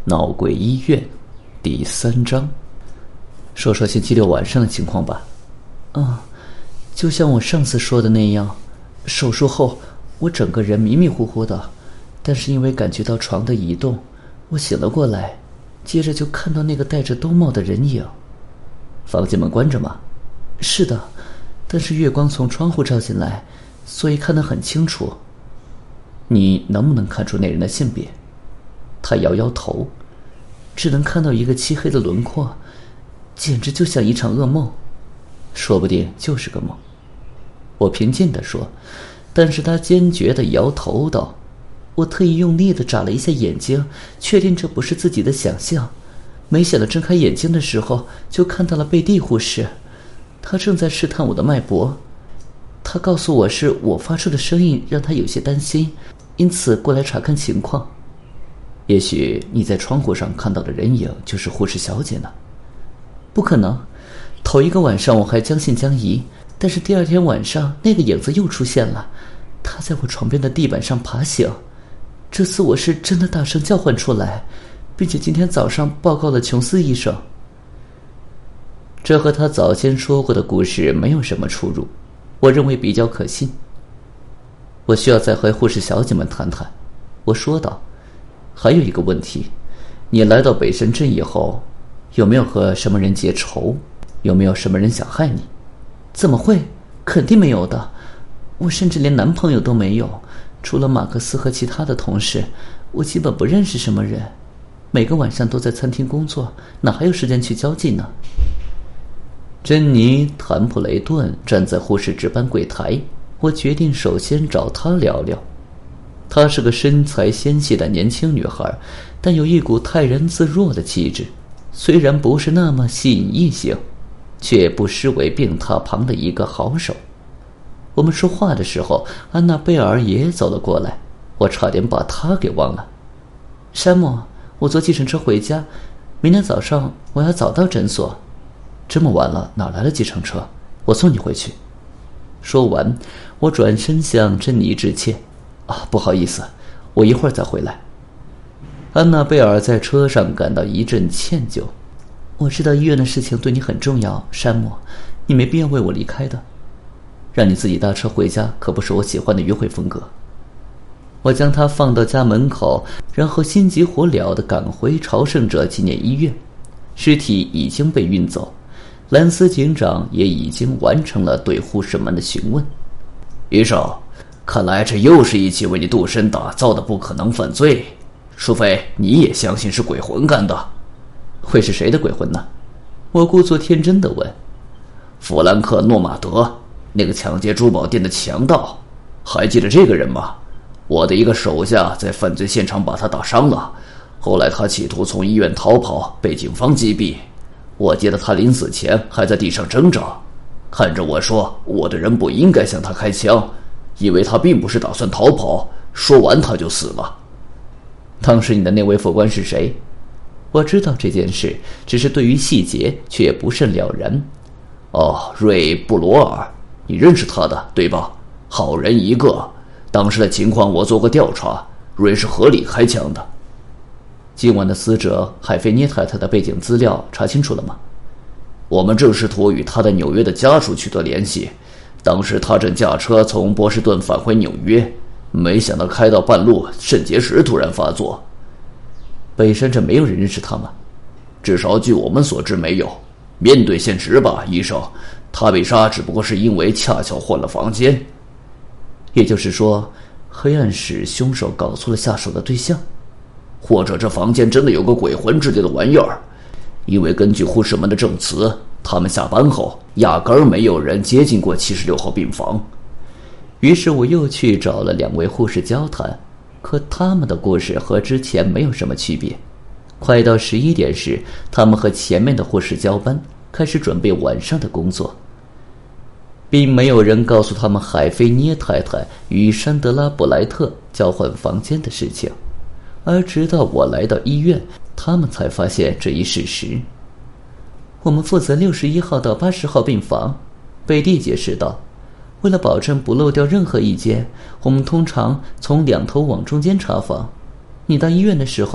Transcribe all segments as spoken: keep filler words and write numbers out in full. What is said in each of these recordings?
闹鬼医院第三章。说说星期六晚上的情况吧。 啊，就像我上次说的那样，手术后我整个人迷迷糊糊的，但是因为感觉到床的移动，我醒了过来，接着就看到那个戴着兜帽的人影。 房间门关着吗？ 是的，但是月光从窗户照进来，所以看得很清楚。 你能不能看出那人的性别？ 他摇摇头，只能看到一个漆黑的轮廓，简直就像一场噩梦。 说不定就是个梦，我平静地说，但是他坚决地摇头道。 我特意用力地眨了一下眼睛，确定这不是自己的想象。没想到睁开眼睛的时候，就看到了贝蒂护士，她正在试探我的脉搏。她告诉我是我发出的声音让她有些担心，因此过来查看情况。 也许你在窗户上看到的人影就是护士小姐呢？ 不可能，头一个晚上我还将信将疑，但是第二天晚上那个影子又出现了，她在我床边的地板上爬行。这次我是真的大声叫唤出来，并且今天早上报告了琼斯医生。 这和他早先说过的故事没有什么出入，我认为比较可信。我需要再和护士小姐们谈谈，我说道。还有一个问题，你来到北神镇以后，有没有和什么人结仇？有没有什么人想害你？ 怎么会？肯定没有的，我甚至连男朋友都没有。除了马克思和其他的同事，我基本不认识什么人。每个晚上都在餐厅工作，哪还有时间去交际呢？ 珍妮·坦普雷顿站在护士值班柜台，我决定首先找她聊聊。她是个身材纤细的年轻女孩，但有一股泰然自若的气质，虽然不是那么吸引异性，却不失为病榻旁的一个好手。我们说话的时候，安娜贝尔也走了过来，我差点把她给忘了。 山姆，我坐计程车回家，明天早上我要早到诊所。 这么晚了，哪来的计程车？我送你回去。说完，我转身向珍妮致歉。啊，不好意思，我一会儿再回来。安娜贝尔在车上感到一阵歉疚。 我知道医院的事情对你很重要，山姆，你没必要为我离开的。 让你自己搭车回家可不是我喜欢的约会风格。我将他放到家门口，然后心急火燎地赶回朝圣者纪念医院。尸体已经被运走，兰斯警长也已经完成了对护士们的询问。医生，看来这又是一起为你度身打造的不可能犯罪，除非你也相信是鬼魂干的。会是谁的鬼魂呢？我故作天真地问。弗兰克·诺马德，那个抢劫珠宝店的强盗，还记得这个人吗？我的一个手下在犯罪现场把他打伤了，后来他企图从医院逃跑，被警方击毙。我记得他临死前还在地上挣扎，看着我说，我的人不应该向他开枪，因为他并不是打算逃跑。说完他就死了。当时你的那位副官是谁？我知道这件事，只是对于细节却不甚了然。哦，瑞布罗尔，你认识他的对吧？好人一个。当时的情况我做过调查，瑞是合理开枪的。今晚的死者海菲涅太太的背景资料查清楚了吗？我们正试图与他的纽约的家属取得联系，当时他正驾车从波士顿返回纽约，没想到开到半路，肾结石突然发作。北山镇没有人认识他吗？至少据我们所知没有。面对现实吧，医生，他被杀只不过是因为恰巧换了房间。也就是说，黑暗使凶手搞错了下手的对象，或者这房间真的有个鬼魂之类的玩意儿。因为根据护士们的证词，他们下班后压根儿没有人接近过七十六号病房。于是我又去找了两位护士交谈，可他们的故事和之前没有什么区别。快到十一点时，他们和前面的护士交班，开始准备晚上的工作。并没有人告诉他们海菲涅太太与山德拉布莱特交换房间的事情，而直到我来到医院，他们才发现这一事实。 我们负责六十一号到八十号病房，贝蒂解释道。为了保证不漏掉任何一间，我们通常从两头往中间查房。你到医院的时候，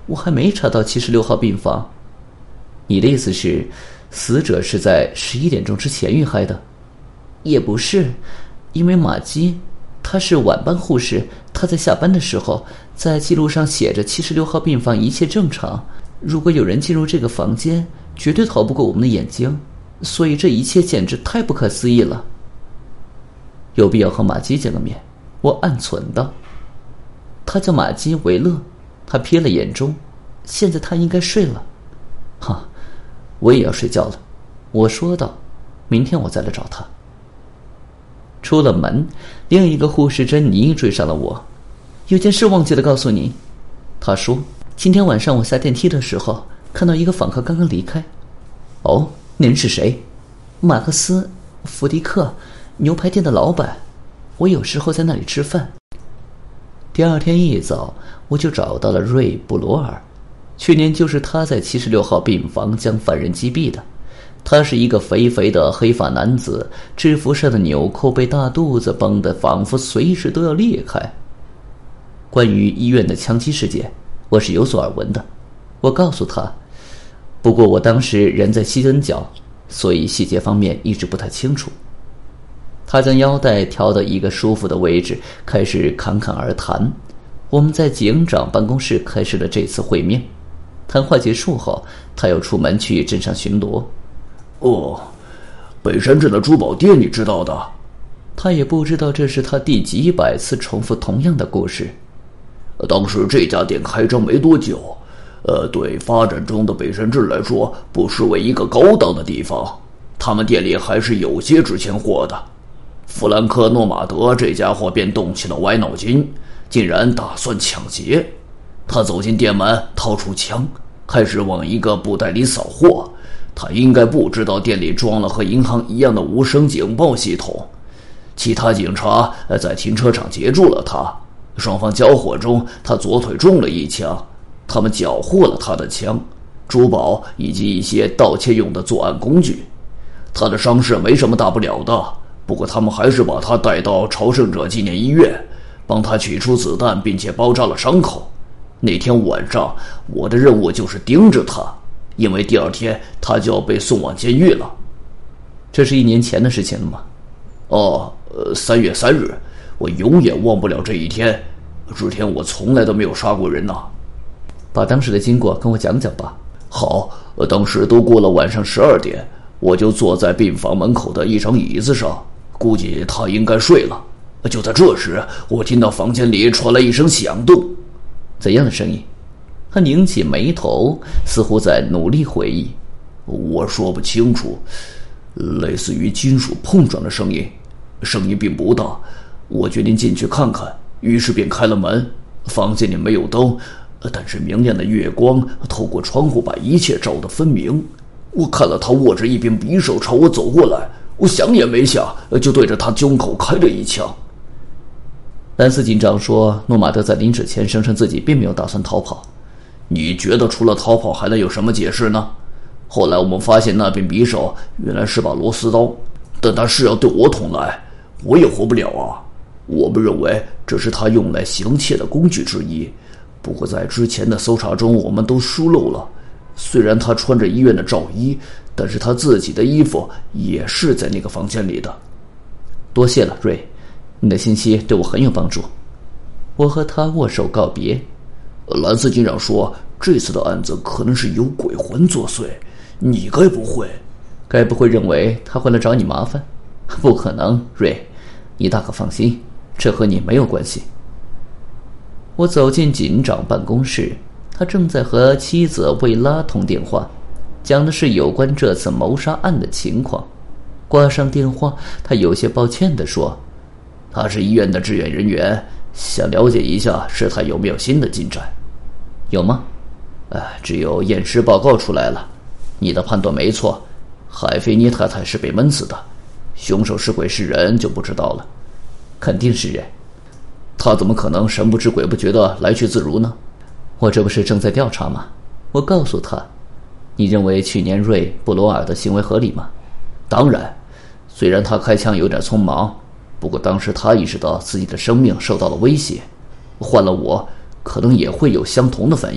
我还没查到七十六号病房。 你的意思是，死者是在十一点钟之前遇害的？ 也不是，因为马基她是晚班护士，她在下班的时候，在记录上写着七十六号病房一切正常。如果有人进入这个房间，绝对逃不过我们的眼睛，所以这一切简直太不可思议了。 有必要和马基见个面？我暗忖道。 他叫马基维勒，他瞥了眼钟，现在他应该睡了。 哈，我也要睡觉了，我说道。明天我再来找他。出了门，另一个护士珍妮追上了我。 有件事忘记了告诉你，她说，今天晚上我下电梯的时候，看到一个访客刚刚离开。 哦，那人是谁？ 马克思·福迪克，牛排店的老板。我有时候在那里吃饭。 第二天一早，我就找到了瑞·布罗尔。去年就是他在七十六号病房将犯人击毙的。他是一个肥肥的黑发男子，制服上的纽扣被大肚子绷得仿佛随时都要裂开。关于医院的枪击事件，我是有所耳闻的，我告诉他。不过我当时人在西恩角，所以细节方面一直不太清楚。他将腰带调到一个舒服的位置，开始侃侃而谈。我们在警长办公室开始了这次会面。谈话结束后，他又出门去镇上巡逻。 哦，北山镇的珠宝店你知道的？ 他也不知道这是他第几百次重复同样的故事。 当时这家店开张没多久，呃，对发展中的北山镇来说，不失为一个高档的地方。他们店里还是有些值钱货的。弗兰克·诺马德这家伙便动起了歪脑筋，竟然打算抢劫。他走进店门，掏出枪，开始往一个布袋里扫货。他应该不知道店里装了和银行一样的无声警报系统。其他警察在停车场截住了他，双方交火中，他左腿中了一枪。他们缴获了他的枪、珠宝以及一些盗窃用的作案工具。他的伤势没什么大不了的，不过他们还是把他带到朝圣者纪念医院，帮他取出子弹，并且包扎了伤口。那天晚上，我的任务就是盯着他，因为第二天他就要被送往监狱了。 这是一年前的事情了吗？ 哦，呃，三月三日，我永远忘不了这一天。之前我从来都没有杀过人呐。 把当时的经过跟我讲讲吧。 好，呃，当时都过了晚上十二点，我就坐在病房门口的一张椅子上，估计他应该睡了。就在这时，我听到房间里传来一声响动。 怎样的声音？他拧起眉头，似乎在努力回忆。 我说不清楚，类似于金属碰撞的声音，声音并不大。我决定进去看看，于是便开了门。房间里没有灯，但是明亮的月光透过窗户把一切照得分明。我看了他握着一柄匕首朝我走过来，我想也没想就对着他胸口开了一枪。 兰斯警长说，诺马德在临死前声称自己并没有打算逃跑。 你觉得除了逃跑还能有什么解释呢？后来我们发现那柄匕首原来是把螺丝刀，但他是要对我捅来，我也活不了啊。我们认为这是他用来行窃的工具之一，不过在之前的搜查中我们都疏漏了。虽然他穿着医院的罩衣，但是他自己的衣服也是在那个房间里的。 多谢了，瑞，你的信息对我很有帮助。我和他握手告别。 兰斯警长说，这次的案子可能是有鬼魂作祟，你该不会该不会认为他会来找你麻烦？不可能，瑞，你大可放心，这和你没有关系。我走进警长办公室，他正在和妻子魏拉通电话，讲的是有关这次谋杀案的情况。挂上电话，他有些抱歉地说， 他是医院的志愿人员，想了解一下事态有没有新的进展。 有吗？呃，只有验尸报告出来了。你的判断没错，海菲尼太太是被闷死的，凶手是鬼是人就不知道了。肯定是人，他怎么可能神不知鬼不觉的来去自如呢？我这不是正在调查吗？我告诉他，你认为去年瑞布罗尔的行为合理吗？当然，虽然他开枪有点匆忙，不过当时他意识到自己的生命受到了威胁，换了我可能也会有相同的反应。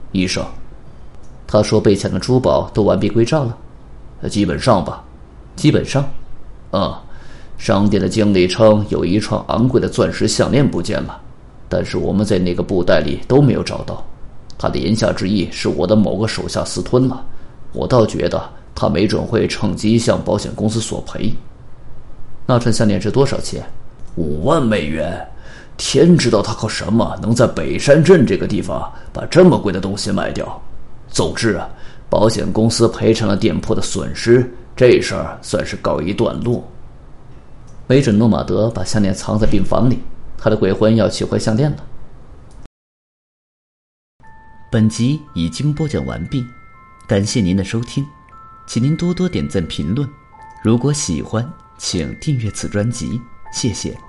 医生，他说被抢的珠宝都完璧归赵了。 基本上吧。 基本上？ 嗯，商店的经理称有一串昂贵的钻石项链不见了，但是我们在那个布袋里都没有找到。他的言下之意是我的某个手下私吞了，我倒觉得他没准会趁机向保险公司索赔。 那串项链值多少钱？ 五万美元。天知道他靠什么能在北山镇这个地方把这么贵的东西卖掉。总之啊，保险公司赔偿了店铺的损失，这事儿算是告一段落。 没准诺马德把项链藏在病房里，他的鬼魂要取回项链了。本集已经播讲完毕，感谢您的收听，请您多多点赞评论，如果喜欢请订阅此专辑，谢谢。